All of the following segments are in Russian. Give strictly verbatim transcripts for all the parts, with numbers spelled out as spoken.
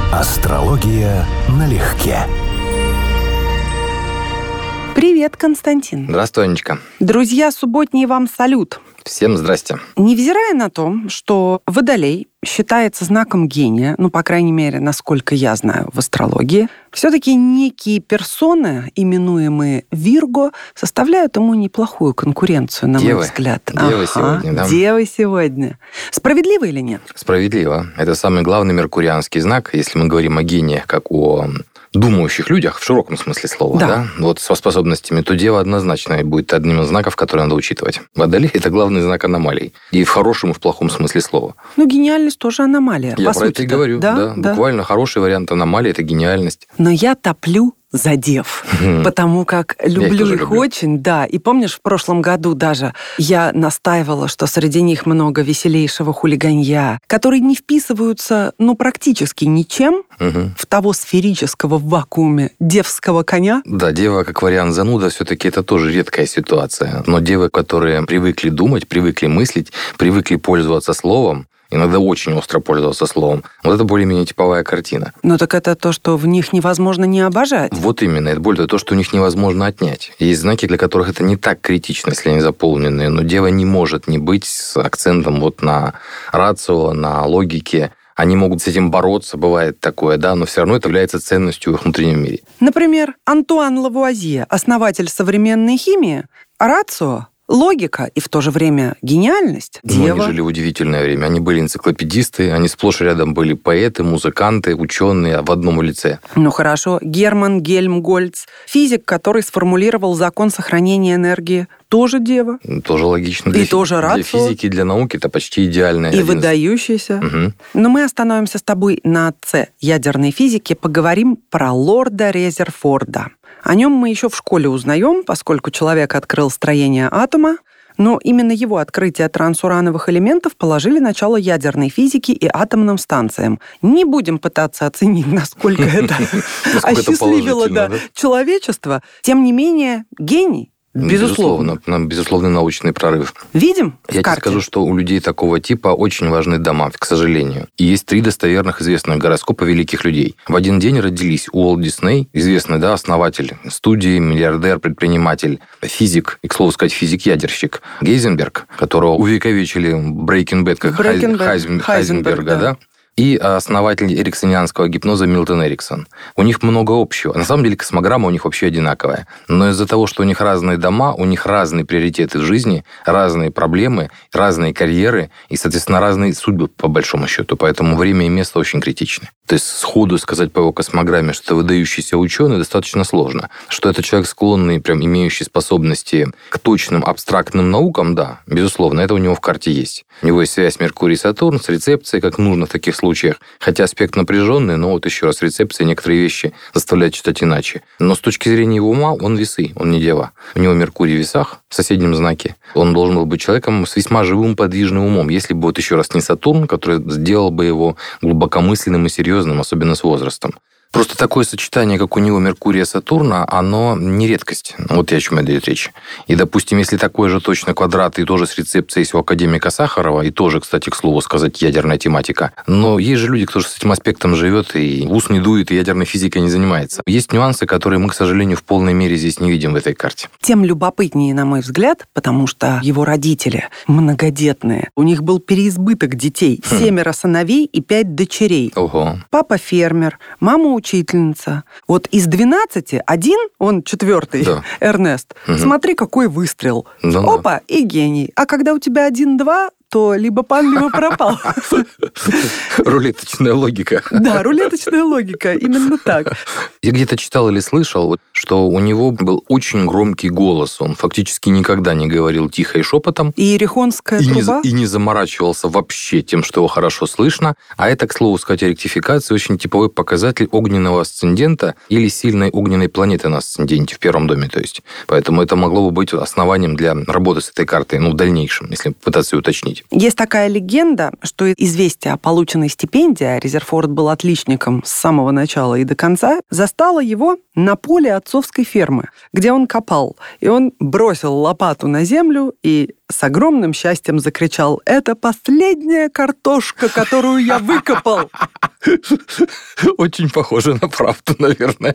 Астрология налегке. Привет, Константин. Здравствуй, Анечка. Друзья, субботний вам салют. Всем здрасте. Невзирая на то, что Водолей считается знаком гения, ну, по крайней мере, насколько я знаю в астрологии, все-таки некие персоны, именуемые Вирго, составляют ему неплохую конкуренцию, на Девы. мой взгляд. Девы ага, сегодня, да? Девы сегодня. Справедливо или нет? Справедливо. Это самый главный меркурианский знак, если мы говорим о гениях, как о думающих людях, в широком смысле слова, да. да? Вот со способностями, то дева однозначно будет одним из знаков, которые надо учитывать. Водолей – это главный знак аномалий. И в хорошем, и в плохом смысле слова. Ну, гениальность тоже аномалия, Я по про сути. это и говорю, да, да. да. Буквально хороший вариант аномалии – это гениальность. Но я топлю за дев, потому как люблю их их люблю. очень, да. И помнишь, в прошлом году даже я настаивала, что среди них много веселейшего хулиганья, которые не вписываются, ну, практически ничем Угу. в того сферического в вакууме девского коня. Да, дева как вариант зануда, все-таки это тоже редкая ситуация. Но девы, которые привыкли думать, привыкли мыслить, привыкли пользоваться словом, иногда очень остро пользоваться словом, вот это более-менее типовая картина. Ну, так это то, что в них невозможно не обожать. Вот именно. Это более то, что у них невозможно отнять. Есть знаки, для которых это не так критично, если они заполненные, но дева не может не быть с акцентом вот на рацио, на логике. Они могут с этим бороться, бывает такое, да, но все равно это является ценностью в их внутреннем мире. Например, Антуан Лавуазье, основатель современной химии, рацио, логика и в то же время гениальность. Ну, Дева. они жили в удивительное время. Они были энциклопедисты, они сплошь и рядом были поэты, музыканты, ученые в одном лице. Ну хорошо, Герман Гельмгольц, физик, который сформулировал закон сохранения энергии, тоже дева. Тоже логично. И Для, тоже для рацио. физики, для науки это почти идеальное. И выдающийся. Угу. Но мы остановимся с тобой на С ядерной физики, поговорим про лорда Резерфорда. О нем мы еще в школе узнаем, поскольку человек открыл строение атома, но именно его открытие трансурановых элементов положили начало ядерной физике и атомным станциям. Не будем пытаться оценить, насколько это осчастливило человечество. Тем не менее, гений. Безусловно. Безусловно. Безусловный научный прорыв. Видим в Я карте? тебе скажу, что у людей такого типа очень важны дома, к сожалению. И есть три достоверных известных гороскопа великих людей. В один день родились Уолт Дисней, известный, да, основатель студии, миллиардер, предприниматель, физик, и, к слову сказать, физик-ядерщик Гейзенберг, которого увековечили Breaking Bad как Breaking Bad. Хайзен- Хайзенберг, Хайзенберга, да. да. И основатель эриксонианского гипноза Милтон Эриксон. У них много общего. На самом деле космограмма у них вообще одинаковая. Но из-за того, что у них разные дома, у них разные приоритеты в жизни, разные проблемы, разные карьеры и, соответственно, разные судьбы, по большому счету. Поэтому время и место очень критичны. То есть сходу сказать по его космограмме, что это выдающийся ученый, достаточно сложно. Что это человек склонный, прям имеющий способности к точным абстрактным наукам, да, безусловно, это у него в карте есть. У него есть связь Меркурий-Сатурн с рецепцией, как нужно в таких случаях. Хотя аспект напряженный, но вот еще раз, рецепция некоторые вещи заставляет читать иначе. Но с точки зрения его ума, он весы, он не дева. У него Меркурий в весах, в соседнем знаке. Он должен был быть человеком с весьма живым, подвижным умом. Если бы вот еще раз не Сатурн, который сделал бы его глубокомысленным и серьезным, особенно с возрастом. Просто такое сочетание, как у него Меркурия и Сатурна, оно не редкость. Вот о чем идет речь. И, допустим, если такой же точно квадрат и тоже с рецепцией есть у академика Сахарова, и тоже, кстати, к слову сказать, ядерная тематика, но есть же люди, кто с этим аспектом живет, и в ус не дует, и ядерной физикой не занимается. Есть нюансы, которые мы, к сожалению, в полной мере здесь не видим в этой карте. Тем любопытнее, на мой взгляд, потому что его родители многодетные. У них был переизбыток детей. Хм. Семеро сыновей и пять дочерей. Ого. Папа фермер, мама учительница. Вот из двенадцати один, он четвертый, Да. Эрнест, Угу. смотри, какой выстрел. Да-да. Опа, и гений. А когда у тебя один-два, то либо пан, либо пропал. Рулеточная логика. Да, рулеточная логика, именно так. Я где-то читал или слышал, что у него был очень громкий голос. Он фактически никогда не говорил тихо и шепотом. И Иерихонская И не, труба. и не заморачивался вообще тем, что его хорошо слышно. А это, к слову сказать, о ректификации очень типовой показатель огненного асцендента или сильной огненной планеты на асценденте в первом доме. То есть. Поэтому это могло бы быть основанием для работы с этой картой, ну, в дальнейшем, если пытаться ее уточнить. Есть такая легенда, что известие о полученной стипендии, а Резерфорд был отличником с самого начала и до конца, застало его на поле отцовской фермы, где он копал. И он бросил лопату на землю и с огромным счастьем закричал: «Это последняя картошка, которую я выкопал!» Очень похоже на правду, наверное.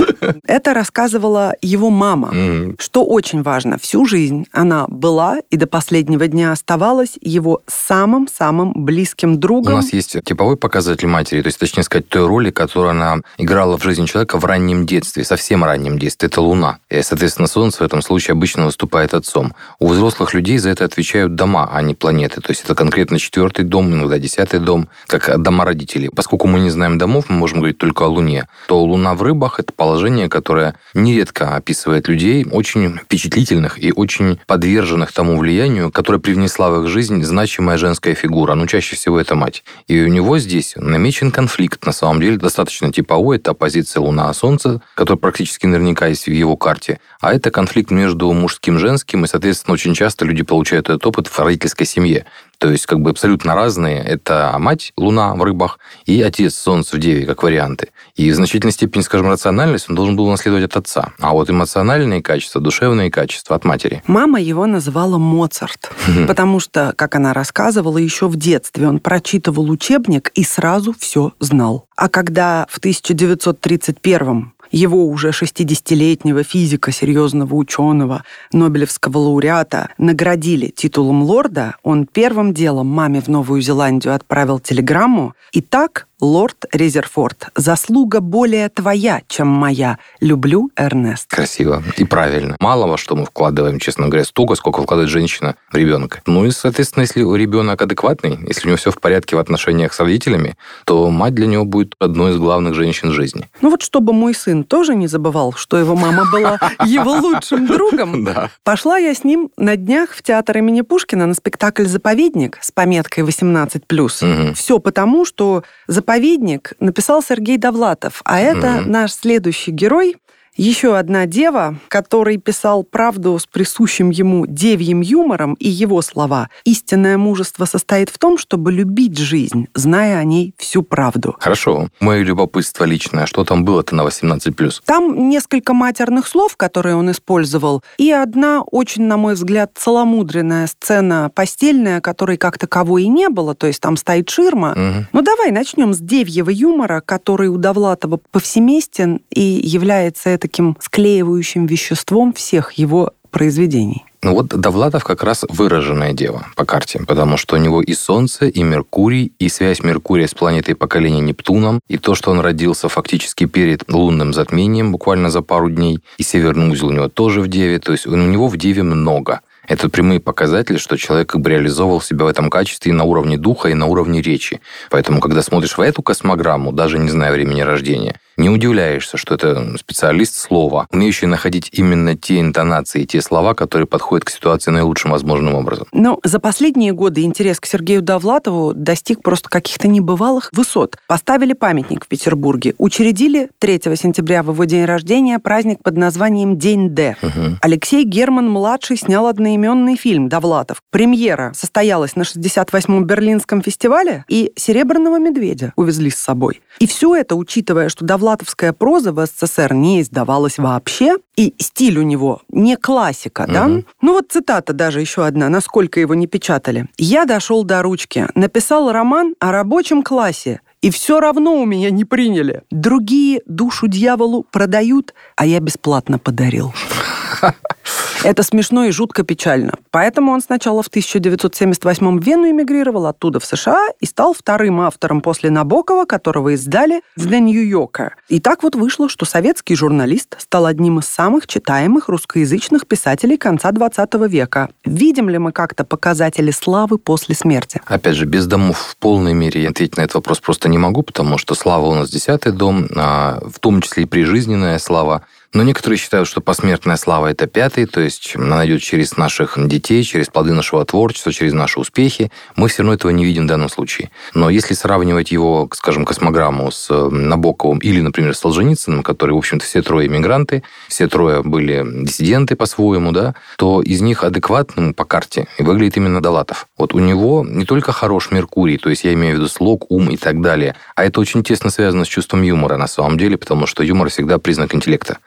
Это рассказывала его мама, mm. что очень важно. Всю жизнь она была и до последнего дня оставалась его самым-самым близким другом. У нас есть типовой показатель матери, то есть, точнее сказать, той роли, которую она играла в жизни человека в раннем детстве, совсем раннем детстве. Это Луна. И, соответственно, Солнце в этом случае обычно выступает отцом. У взрослых людей за это отвечают дома, а не планеты. То есть это конкретно четвертый дом, иногда десятый дом, как дома родителей. Поскольку мы не знаем домов, мы можем говорить только о Луне, то Луна в рыбах – это положение, которое нередко описывает людей, очень впечатлительных и очень подверженных тому влиянию, которое привнесла в их жизнь значимая женская фигура. Ну, чаще всего это мать. И у него здесь намечен конфликт, на самом деле, достаточно типовой. Это оппозиция Луна-Солнце, которая практически наверняка есть в его карте. А это конфликт между мужским и женским, и, соответственно, очень часто люди получают этот опыт в родительской семье. То есть как бы абсолютно разные. Это мать, Луна в рыбах, и отец, Солнце в Деве, как варианты. И в значительной степени, скажем, рациональность он должен был унаследовать от отца. А вот эмоциональные качества, душевные качества от матери. Мама его называла Моцарт, потому что, как она рассказывала, еще в детстве он прочитывал учебник и сразу все знал. А когда в тысяча девятьсот тридцать первом его уже шестидесятилетнего физика, серьезного ученого, Нобелевского лауреата наградили титулом лорда, он первым делом маме в Новую Зеландию отправил телеграмму: «Итак, лорд Резерфорд, заслуга более твоя, чем моя. Люблю, Эрнест». Красиво и правильно. Мало во что мы вкладываем, честно говоря, столько, сколько вкладывает женщина в ребенка. Ну и, соответственно, если ребенок адекватный, если у него все в порядке в отношениях с родителями, то мать для него будет одной из главных женщин жизни. Ну вот чтобы мой сын тоже не забывал, что его мама была его лучшим другом, пошла я с ним на днях в театр имени Пушкина на спектакль «Заповедник» с пометкой восемнадцать плюс. Все потому, что «Заповедник» написал Сергей Довлатов, а это mm-hmm. наш следующий герой. Еще одна дева, который писал правду с присущим ему девьим юмором, и его слова: «Истинное мужество состоит в том, чтобы любить жизнь, зная о ней всю правду». Хорошо. Мое любопытство личное. Что там было-то на восемнадцать плюс? Там несколько матерных слов, которые он использовал, и одна очень, на мой взгляд, целомудренная сцена постельная, которой как таковой и не было, то есть там стоит ширма. Угу. Ну давай начнем с девьего юмора, который у Довлатова повсеместен и является это таким склеивающим веществом всех его произведений. Ну вот Довлатов как раз выраженная дева по карте, потому что у него и Солнце, и Меркурий, и связь Меркурия с планетой поколения Нептуном, и то, что он родился фактически перед лунным затмением, буквально за пару дней, и северный узел у него тоже в Деве, то есть у него в Деве много. Это прямые показатели, что человек как бы реализовал себя в этом качестве и на уровне духа, и на уровне речи. Поэтому, когда смотришь в эту космограмму, даже не зная времени рождения, не удивляешься, что это специалист слова, умеющий находить именно те интонации, те слова, которые подходят к ситуации наилучшим возможным образом. Но за последние годы интерес к Сергею Довлатову достиг просто каких-то небывалых высот. Поставили памятник в Петербурге, учредили третьего сентября в его день рождения праздник под названием День Д. Угу. Алексей Герман-младший снял одноименный фильм «Довлатов». Премьера состоялась на шестьдесят восьмом Берлинском фестивале, и «Серебряного медведя» увезли с собой. И все это, учитывая, что Довлатовская проза в СССР не издавалась вообще, и стиль у него не классика, угу. да? Ну вот цитата даже еще одна, насколько его не печатали. «Я дошел до ручки, написал роман о рабочем классе, и все равно у меня не приняли. Другие душу дьяволу продают, а я бесплатно подарил». Это смешно и жутко печально. Поэтому он сначала в тысяча девятьсот семьдесят восьмом в Вену эмигрировал, оттуда в США, и стал вторым автором после Набокова, которого издали в The New Yorker. И так вот вышло, что советский журналист стал одним из самых читаемых русскоязычных писателей конца двадцатого века. Видим ли мы как-то показатели славы после смерти? Опять же, без домов в полной мере я ответить на этот вопрос просто не могу, потому что слава у нас десятый дом, в том числе и прижизненная слава. Но некоторые считают, что посмертная слава – это пятый, то есть она идет через наших детей, через плоды нашего творчества, через наши успехи. Мы все равно этого не видим в данном случае. Но если сравнивать его, скажем, космограмму с Набоковым или, например, с Солженицыным, которые, в общем-то, все трое иммигранты, все трое были диссиденты по-своему, да, то из них адекватным по карте выглядит именно Довлатов. Вот у него не только хорош Меркурий, то есть я имею в виду слог, ум и так далее, а это очень тесно связано с чувством юмора на самом деле, потому что юмор всегда признак интеллекта.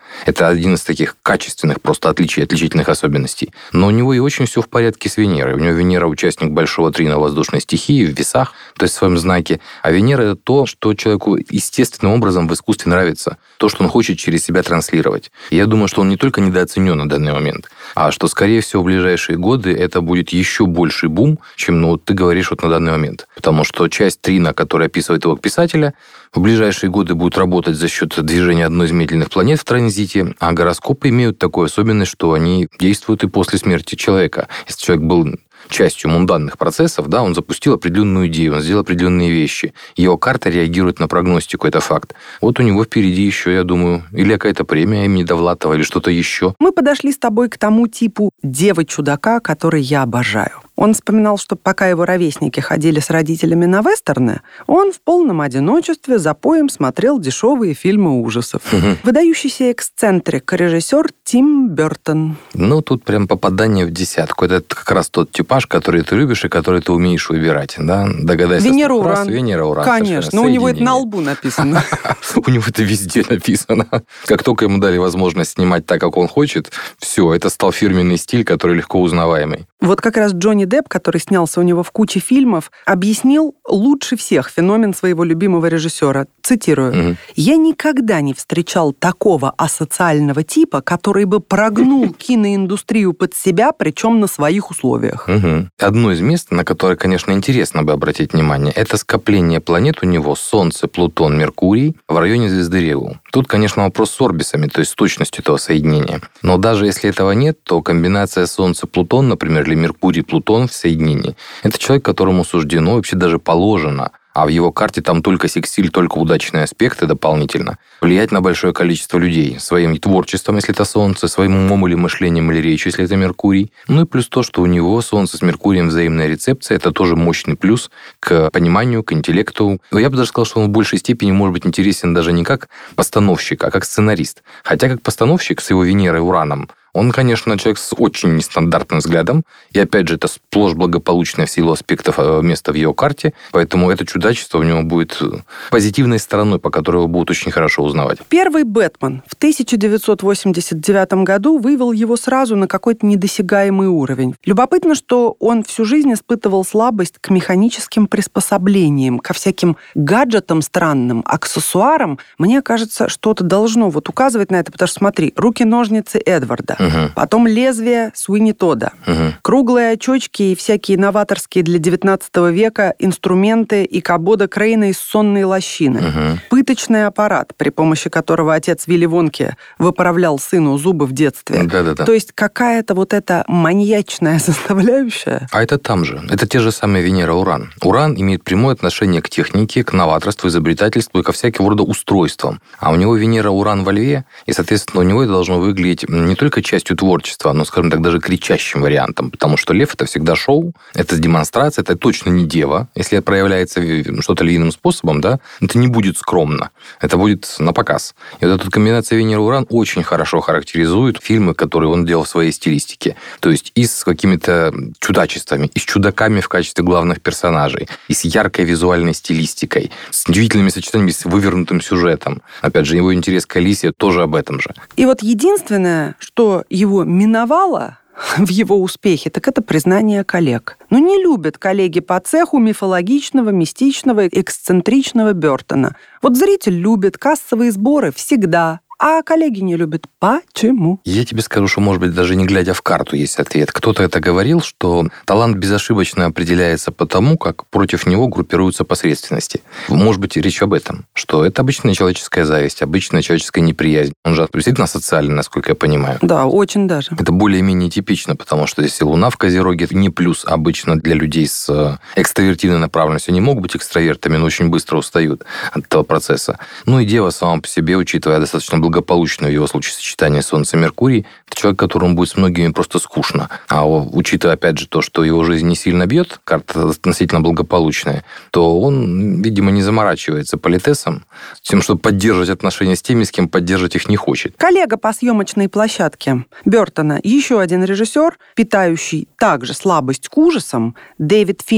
Это один из таких качественных просто отличий, отличительных особенностей. Но у него и очень все в порядке с Венерой. У него Венера участник большого трина воздушной стихии в весах, то есть в своем знаке. А Венера – это то, что человеку естественным образом в искусстве нравится, то, что он хочет через себя транслировать. И я думаю, что он не только недооценен на данный момент, а что, скорее всего, в ближайшие годы это будет еще больший бум, чем ну, ты говоришь вот на данный момент. Потому что часть трина, которая описывает его писателя, в ближайшие годы будет работать за счет движения одной из медленных планет в транзите, а гороскопы имеют такую особенность, что они действуют и после смерти человека. Если человек был частью мунданных процессов, да, он запустил определенную идею, он сделал определенные вещи. Его карта реагирует на прогностику, это факт. Вот у него впереди еще, я думаю, или какая-то премия имени Довлатова, или что-то еще. Мы подошли с тобой к тому типу девы-чудака, который я обожаю. Он вспоминал, что пока его ровесники ходили с родителями на вестерны, он в полном одиночестве за поем смотрел дешевые фильмы ужасов. Угу. Выдающийся эксцентрик, режиссер Тим Бёртон. Ну, тут прям попадание в десятку. Это как раз тот типаж, который ты любишь и который ты умеешь выбирать. Да? Догадайся. Венера Уран. Венера Уран. Конечно, но у него это на лбу написано. У него это везде написано. Как только ему дали возможность снимать так, как он хочет, все, это стал фирменный стиль, который легко узнаваемый. Вот как раз Джонни Депп, который снялся у него в куче фильмов, объяснил лучше всех феномен своего любимого режиссера. Цитирую. Угу. «Я никогда не встречал такого асоциального типа, который бы прогнул киноиндустрию под себя, причем на своих условиях». Угу. Одно из мест, на которое, конечно, интересно бы обратить внимание, это скопление планет у него Солнце, Плутон, Меркурий в районе звезды Регул. Тут, конечно, вопрос с орбисами, то есть с точностью этого соединения. Но даже если этого нет, то комбинация Солнце-Плутон, например, или Меркурий-Плутон в соединении, это человек, которому суждено, вообще даже положено, а в его карте там только секстиль, только удачные аспекты дополнительно, влиять на большое количество людей своим творчеством, если это Солнце, своим умом или мышлением или речью, если это Меркурий. Ну и плюс то, что у него Солнце с Меркурием взаимная рецепция, это тоже мощный плюс к пониманию, к интеллекту. Я бы даже сказал, что он в большей степени может быть интересен даже не как постановщик, а как сценарист. Хотя как постановщик с его Венерой, Ураном, он, конечно, человек с очень нестандартным взглядом, и, опять же, это сплошь благополучное в силу аспектов место в его карте, поэтому это чудачество у него будет позитивной стороной, по которой его будут очень хорошо узнавать. Первый «Бэтмен» в тысяча девятьсот восемьдесят девятом году вывел его сразу на какой-то недосягаемый уровень. Любопытно, что он всю жизнь испытывал слабость к механическим приспособлениям, ко всяким гаджетам странным, аксессуарам. Мне кажется, что-то должно вот указывать на это, потому что, смотри, руки-ножницы Эдварда, Угу. потом лезвие Суини Тодда, угу. круглые очечки и всякие новаторские для девятнадцатого века инструменты и Кабода Крейна из сонной лощины, угу. пыточный аппарат, при помощи которого отец Вилли Вонке выправлял сыну зубы в детстве. Да-да-да. То есть какая-то вот эта маньячная составляющая. А это там же. Это те же самые Венера-Уран. Уран имеет прямое отношение к технике, к новаторству, изобретательству и ко всяким рода устройствам. А у него Венера-Уран во Льве, и, соответственно, у него это должно выглядеть не только частью творчества, но, скажем так, даже кричащим вариантом, потому что лев – это всегда шоу, это демонстрация, это точно не дева. Если проявляется что-то львиным способом, да, это не будет скромно, это будет на показ. И вот эта комбинация Венера-Уран очень хорошо характеризует фильмы, которые он делал в своей стилистике. То есть и с какими-то чудачествами, и с чудаками в качестве главных персонажей, и с яркой визуальной стилистикой, с удивительными сочетаниями, с вывернутым сюжетом. Опять же, его интерес к Алисе тоже об этом же. И вот единственное, что его миновало в его успехе, так это признание коллег. Но не любят коллеги по цеху мифологичного, мистичного, эксцентричного Бёртона. Вот зритель любит, кассовые сборы всегда, а коллеги не любят. Почему? Я тебе скажу, что, может быть, даже не глядя в карту есть ответ. Кто-то это говорил, что талант безошибочно определяется по тому, как против него группируются посредственности. Может быть, речь об этом, что это обычная человеческая зависть, обычная человеческая неприязнь. Он же действительно социальный, насколько я понимаю. Да, очень даже. Это более-менее типично, потому что если Луна в Козероге, это не плюс обычно для людей с экстравертивной направленностью. Они могут быть экстравертами, но очень быстро устают от этого процесса. Ну и Дева сама по себе, учитывая достаточно благополучное в его случае сочетание Солнца-Меркурий, это человек, которому будет с многими просто скучно. А учитывая, опять же, то, что его жизнь не сильно бьет, карта относительно благополучная, то он, видимо, не заморачивается политесом, тем, чтобы поддерживать отношения с теми, с кем поддерживать их не хочет. Коллега по съемочной площадке Бёртона, еще один режиссер, питающий также слабость к ужасам, Дэвид Финчер.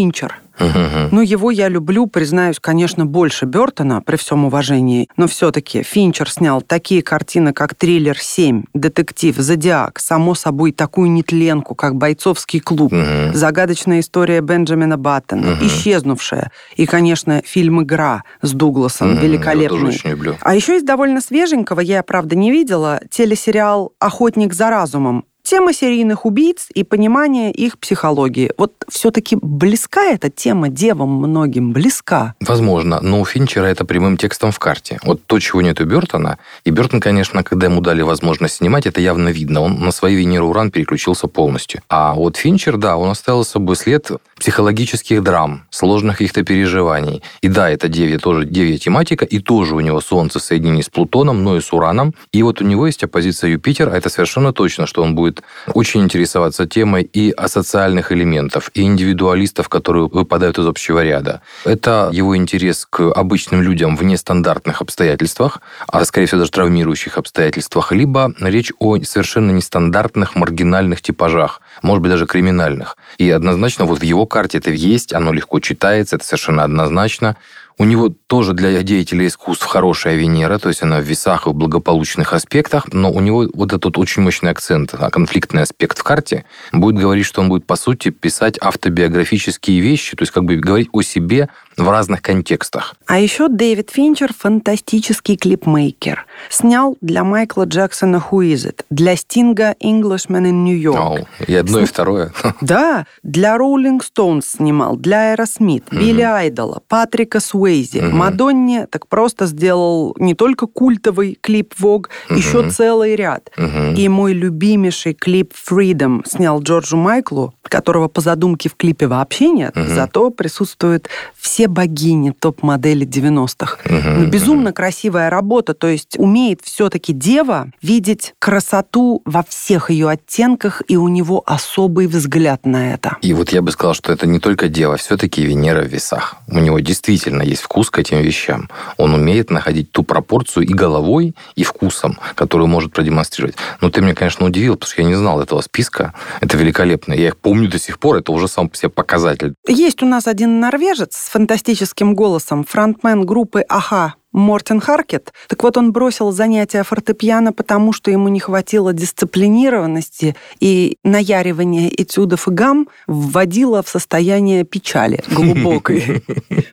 Uh-huh. Ну, его я люблю, признаюсь, конечно, больше Бёртона, при всем уважении, но все-таки Финчер снял такие картины, как «Триллер семь», «Детектив», «Зодиак», само собой, такую нетленку, как «Бойцовский клуб», uh-huh. «Загадочная история Бенджамина Баттона», uh-huh. «Исчезнувшая» и, конечно, фильм «Игра» с Дугласом, uh-huh. великолепный. Я тоже очень люблю. А еще из довольно свеженького, я, правда, не видела, телесериал «Охотник за разумом». Тема серийных убийц и понимание их психологии. Вот все-таки близка эта тема девам многим? Близка? Возможно, но у Финчера это прямым текстом в карте. Вот то, чего нет у Бёртона. И Бёртон, конечно, когда ему дали возможность снимать, это явно видно. Он на свои Венеру Уран переключился полностью. А вот Финчер, да, он оставил с собой след психологических драм, сложных каких-то переживаний. И да, это девья, тоже девья тематика, и тоже у него Солнце в соединении с Плутоном, но и с Ураном. И вот у него есть оппозиция Юпитер, а это совершенно точно, что он будет очень интересоваться темой и асоциальных элементов, и индивидуалистов, которые выпадают из общего ряда. Это его интерес к обычным людям в нестандартных обстоятельствах, а, скорее всего, даже травмирующих обстоятельствах, либо речь о совершенно нестандартных, маргинальных типажах, может быть, даже криминальных. И однозначно вот в его карте это есть, оно легко читается, это совершенно однозначно. У него тоже для деятелей искусств хорошая Венера, то есть она в весах и в благополучных аспектах, но у него вот этот очень мощный акцент, конфликтный аспект в карте, будет говорить, что он будет, по сути, писать автобиографические вещи, то есть как бы говорить о себе в разных контекстах. А еще Дэвид Финчер фантастический клипмейкер. Снял для Майкла Джексона «Who is it?», для Стинга «Englishman in New York». Oh, и одно, Сни... и второе. Да, для Rolling Stones снимал, для Aerosmith, mm-hmm. Билли Айдола, Патрика Суэйзи, mm-hmm. Мадонне так просто сделал не только культовый клип Vogue, mm-hmm. еще целый ряд. Mm-hmm. И мой любимейший клип Freedom снял Джорджу Майклу, которого по задумке в клипе вообще нет, mm-hmm. зато присутствуют все богини топ-модели девяностых. Uh-huh, ну, безумно uh-huh. красивая работа, то есть умеет все-таки дева видеть красоту во всех ее оттенках, и у него особый взгляд на это. И вот я бы сказал, что это не только дева, все-таки Венера в весах. У него действительно есть вкус к этим вещам. Он умеет находить ту пропорцию и головой, и вкусом, которую может продемонстрировать. Но ты меня, конечно, удивил, потому что я не знал этого списка. Это великолепно. Я их помню до сих пор, это уже сам по себе показатель. Есть у нас один норвежец с фантастическим голосом, фронтмен группы «Аха», Мортен Харкет. Так вот, он бросил занятия фортепиано, потому что ему не хватило дисциплинированности, и наяривание этюдов и гамм вводило в состояние печали глубокой.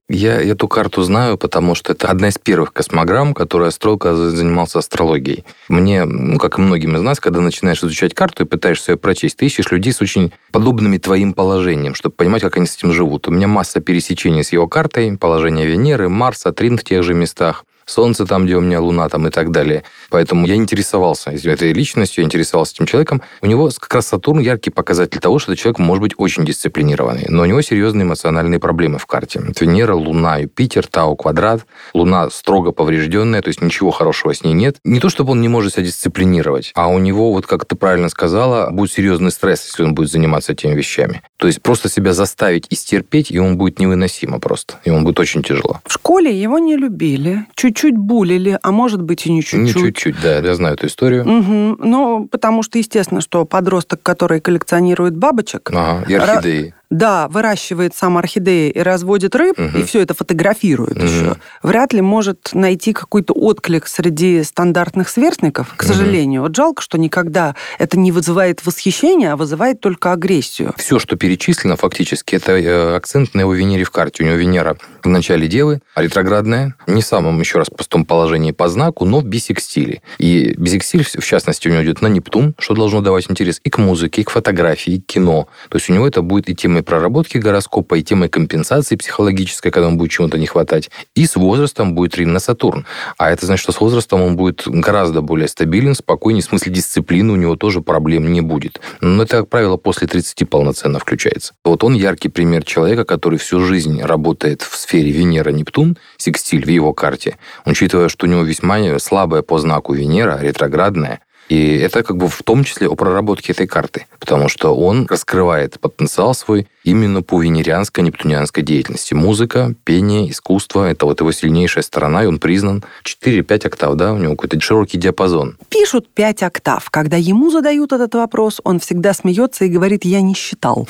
Я эту карту знаю, потому что это одна из первых космограмм, которую строил, когда занимался астрологией. Мне, ну, как и многим из нас, когда начинаешь изучать карту и пытаешься ее прочесть, ты ищешь людей с очень подобными твоим положением, чтобы понимать, как они с этим живут. У меня масса пересечений с его картой, положение Венеры, Марса, Трин в тех же местах, Солнце там, где у меня Луна, там и так далее. Поэтому я интересовался этой личностью, я интересовался этим человеком. У него как раз Сатурн яркий показатель того, что этот человек может быть очень дисциплинированный, но у него серьезные эмоциональные проблемы в карте. Это Венера, Луна, Юпитер, Тау квадрат. Луна строго поврежденная, то есть ничего хорошего с ней нет. Не то, чтобы он не может себя дисциплинировать, а у него, вот как ты правильно сказала, будет серьезный стресс, если он будет заниматься этими вещами. То есть просто себя заставить и стерпеть, и он будет невыносимо просто. И он будет очень тяжело. В школе его не любили. Чуть-чуть булили, а может быть и не чуть-чуть. Не чуть-чуть, да, я знаю эту историю. Угу. Ну, потому что, естественно, что подросток, который коллекционирует бабочек... Ага, и орхидеи. Да, выращивает сам орхидеи и разводит рыб, угу. и все это фотографирует угу. еще, вряд ли может найти какой-то отклик среди стандартных сверстников, к сожалению. Угу. Вот жалко, что никогда это не вызывает восхищения, а вызывает только агрессию. Все, что перечислено, фактически, это акцент на его Венере в карте. У него Венера в начале Девы, ретроградная, не в самом, еще раз, простом положении по знаку, но в бисекстиле. И бисекстиль, в частности, у него идет на Нептун, что должно давать интерес и к музыке, и к фотографии, и к кино. То есть у него это будет и тема проработки гороскопа, и темой компенсации психологической, когда ему будет чего-то не хватать. И с возрастом будет Трин на Сатурн. А это значит, что с возрастом он будет гораздо более стабилен, спокойнее, в смысле дисциплины у него тоже проблем не будет. Но это, как правило, после тридцати полноценно включается. Вот он яркий пример человека, который всю жизнь работает в сфере Венера-Нептун, секстиль в его карте, учитывая, что у него весьма слабая по знаку Венера, ретроградная, И это как бы в том числе о проработке этой карты, потому что он раскрывает потенциал свой именно по венерианской, нептунианской деятельности. Музыка, пение, искусство – это вот его сильнейшая сторона, и он признан. четыре-пять октав, да, у него какой-то широкий диапазон. Пишут пять октав. Когда ему задают этот вопрос, он всегда смеется и говорит: «Я не считал».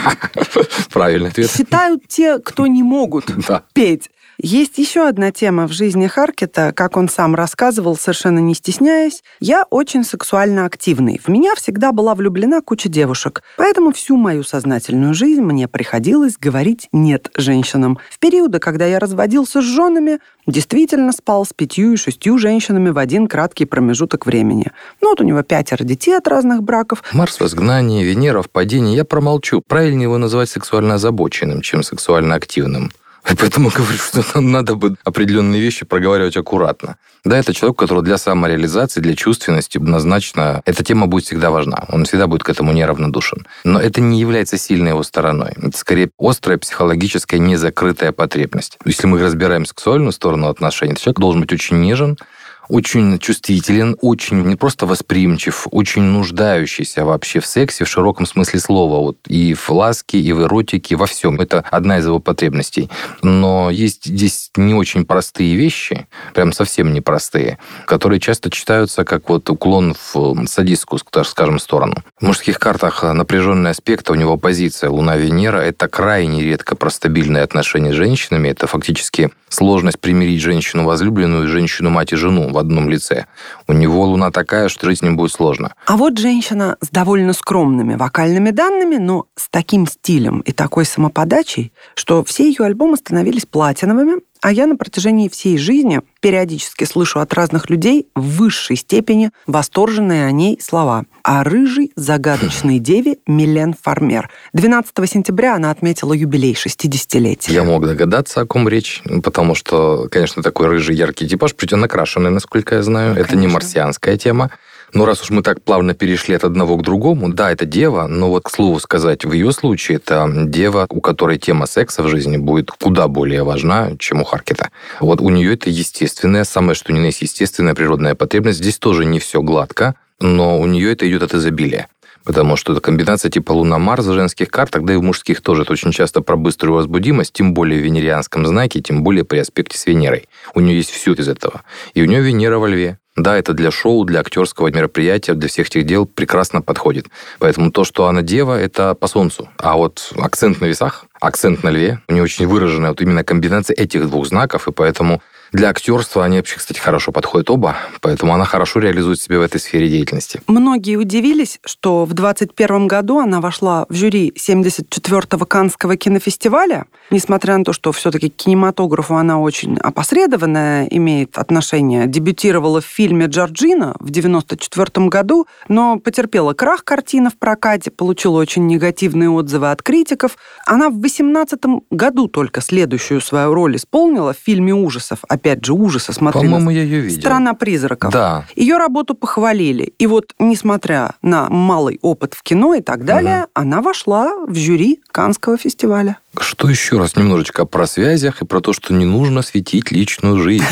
Правильный ответ. Считают те, кто не могут петь. Есть еще одна тема в жизни Харкета, как он сам рассказывал, совершенно не стесняясь. «Я очень сексуально активный. В меня всегда была влюблена куча девушек. Поэтому всю мою сознательную жизнь мне приходилось говорить «нет» женщинам. В периоды, когда я разводился с женами, действительно спал с пятью и шестью женщинами в один краткий промежуток времени. Ну вот у него пятеро детей от разных браков». Марс в изгнании, Венера в падении. Я промолчу. Правильнее его называть сексуально озабоченным, чем сексуально активным. И поэтому говорю, что надо бы определенные вещи проговаривать аккуратно. Да, это человек, у которого для самореализации, для чувственности однозначно эта тема будет всегда важна. Он всегда будет к этому неравнодушен. Но это не является сильной его стороной. Это скорее острая психологическая незакрытая потребность. Если мы разбираем сексуальную сторону отношений, то человек должен быть очень нежен, очень чувствителен, очень не просто восприимчив, очень нуждающийся вообще в сексе в широком смысле слова. Вот и в ласке, и в эротике, во всем. Это одна из его потребностей. Но есть здесь не очень простые вещи, прям совсем непростые, которые часто читаются как вот уклон в садистскую, скажем, сторону. В мужских картах напряженный аспект, у него позиция Луна-Венера. Это крайне редко про стабильные отношения с женщинами. Это фактически сложность примирить женщину-возлюбленную и женщину-мать и жену в одном лице. У него Луна такая, что жить с ним будет сложно. А вот женщина с довольно скромными вокальными данными, но с таким стилем и такой самоподачей, что все ее альбомы становились платиновыми, а я на протяжении всей жизни периодически слышу от разных людей в высшей степени восторженные о ней слова. О рыжей загадочной деве Милен Фармер. двенадцатого сентября она отметила юбилей шестидесятилетия. Я мог догадаться, о ком речь, потому что, конечно, такой рыжий яркий типаж, причем накрашенный, насколько я знаю. Ну, это конечно. Не марсианская тема. Но раз уж мы так плавно перешли от одного к другому, да, это дева, но вот, к слову сказать, в ее случае это дева, у которой тема секса в жизни будет куда более важна, чем у Харкета. Вот у нее это естественная, самое что ни на есть естественная природная потребность. Здесь тоже не все гладко, но у нее это идет от изобилия. Потому что это комбинация типа Луна-Марс в женских картах, да и в мужских тоже. Это очень часто про быструю возбудимость, тем более в венерианском знаке, тем более при аспекте с Венерой. У нее есть все из этого. И у нее Венера во Льве. Да, это для шоу, для актерского мероприятия, для всех этих дел прекрасно подходит. Поэтому то, что она дева, это по Солнцу. А вот акцент на весах, акцент на Льве, у нее очень выраженная вот именно комбинация этих двух знаков, и поэтому для актерства они вообще, кстати, хорошо подходят оба, поэтому она хорошо реализует себя в этой сфере деятельности. Многие удивились, что в двадцать первом году она вошла в жюри семьдесят четвёртого Каннского кинофестиваля, несмотря на то, что все-таки к кинематографу она очень опосредованное имеет отношение. Дебютировала в фильме «Джорджино» в девяносто четвёртом году, но потерпела крах картина в прокате, получила очень негативные отзывы от критиков. Она в восемнадцатом году только следующую свою роль исполнила в фильме ужасов. Опять же, ужаса, смотри. По-моему, я ее видел. «Страна призраков». Да. Ее работу похвалили. И вот, несмотря на малый опыт в кино и так далее, угу. она вошла в жюри Каннского фестиваля. Что еще раз немножечко про связях и про то, что не нужно светить личную жизнь.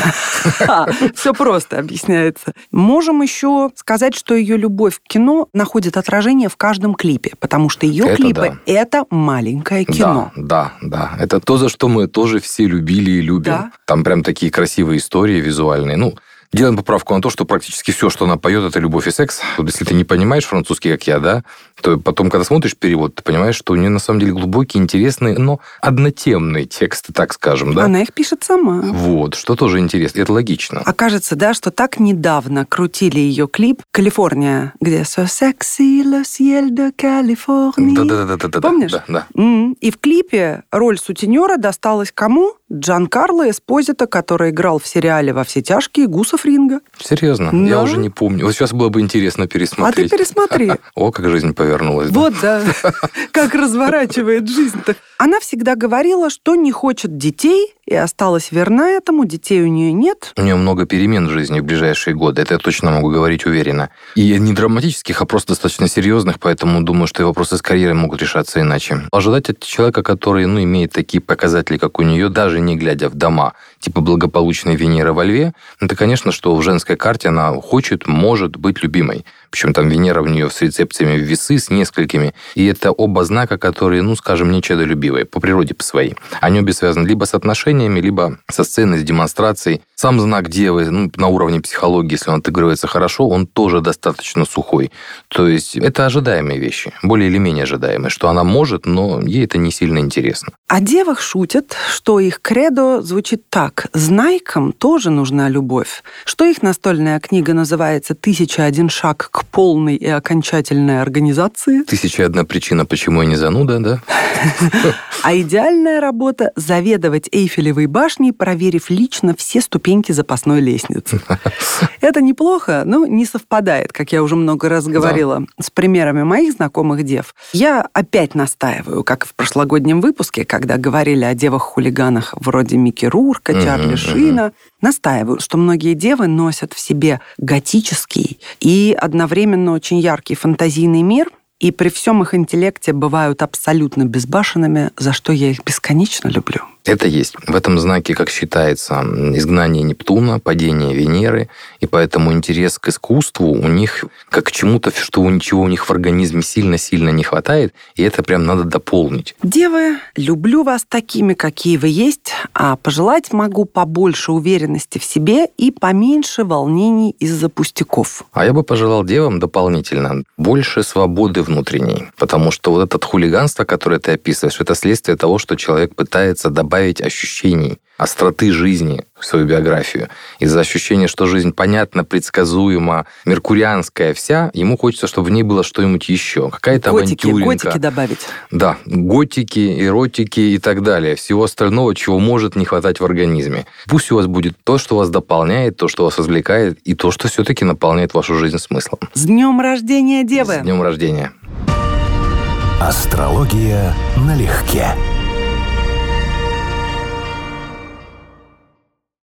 Все просто объясняется. Можем еще сказать, что ее любовь к кино находит отражение в каждом клипе, потому что ее клипы – это маленькое кино. Да, да, да. Это то, за что мы тоже все любили и любим. Там прям такие красивые истории визуальные. Ну, делаем поправку на то, что практически все, что она поет, это любовь и секс. Вот если ты не понимаешь французский, как я, да, то потом, когда смотришь перевод, ты понимаешь, что у нее на самом деле глубокие, интересные, но однотемные тексты, так скажем, да. Она их пишет сама. Вот, что тоже интересно. Это логично. А кажется, да, что так недавно крутили ее клип «Калифорния», где «So sexy le ciel de Californie». Да-да-да. Помнишь? Да, да. И в клипе роль сутенера досталась кому? Джанкарло Эспозито, который играл в сериале «Во все тяжкие» Гусов Ринга. Серьезно? Да. Я уже не помню. Вот сейчас было бы интересно пересмотреть. А ты пересмотри. О, как жизнь повернулась. Вот, да. Как разворачивает жизнь-то. Она всегда говорила, что не хочет детей, и осталась верна этому. Детей у нее нет. У нее много перемен в жизни в ближайшие годы. Это я точно могу говорить уверенно. И не драматических, а просто достаточно серьезных, поэтому думаю, что и вопросы с карьерой могут решаться иначе. Ожидать от человека, который ну, имеет такие показатели, как у нее, даже не глядя в дома, типа благополучной Венеры во Льве, это, конечно, что в женской карте она хочет, может быть любимой. Причем там Венера в нее с рецепциями в весы, с несколькими. И это оба знака, которые, ну, скажем, не чадолюбивые, по природе по своей. Они обе связаны либо с отношениями, либо со сценой, с демонстрацией. Сам знак Девы, ну, на уровне психологии, если он отыгрывается хорошо, он тоже достаточно сухой. То есть это ожидаемые вещи, более или менее ожидаемые, что она может, но ей это не сильно интересно. О девах шутят, что их кредо звучит так: «Знайкам тоже нужна любовь», что их настольная книга называется «Тысяча один шаг к полной и окончательной организации». Тысяча одна причина, почему я не зануда, да? А идеальная работа – заведовать Эйфелевой башней, проверив лично все ступеньки запасной лестницы. Это неплохо, но не совпадает, как я уже много раз говорила, да, с примерами моих знакомых дев. Я опять настаиваю, как и в прошлогоднем выпуске, когда говорили о девах-хулиганах вроде Микки Рурка, Чарли uh-huh, Шина, uh-huh. настаиваю, что многие девы носят в себе готический и одновременно очень яркий фантазийный мир, и при всем их интеллекте бывают абсолютно безбашенными, за что я их бесконечно люблю. Это есть. В этом знаке, как считается, изгнание Нептуна, падение Венеры, и поэтому интерес к искусству у них как к чему-то, что ничего у них в организме сильно-сильно не хватает, и это прям надо дополнить. Девы, люблю вас такими, какие вы есть, а пожелать могу побольше уверенности в себе и поменьше волнений из-за пустяков. А я бы пожелал девам дополнительно больше свободы внутренней, потому что вот это хулиганство, которое ты описываешь, это следствие того, что человек пытается добавить добавить ощущений, остроты жизни в свою биографию. Из-за ощущения, что жизнь понятна, предсказуема, меркурианская вся, ему хочется, чтобы в ней было что-нибудь еще. Какая-то готики, авантюринка. Готики добавить. Да, готики, эротики и так далее. Всего остального, чего может не хватать в организме. Пусть у вас будет то, что вас дополняет, то, что вас развлекает, и то, что все-таки наполняет вашу жизнь смыслом. С днем рождения, девы! С днем рождения! Астрология налегке.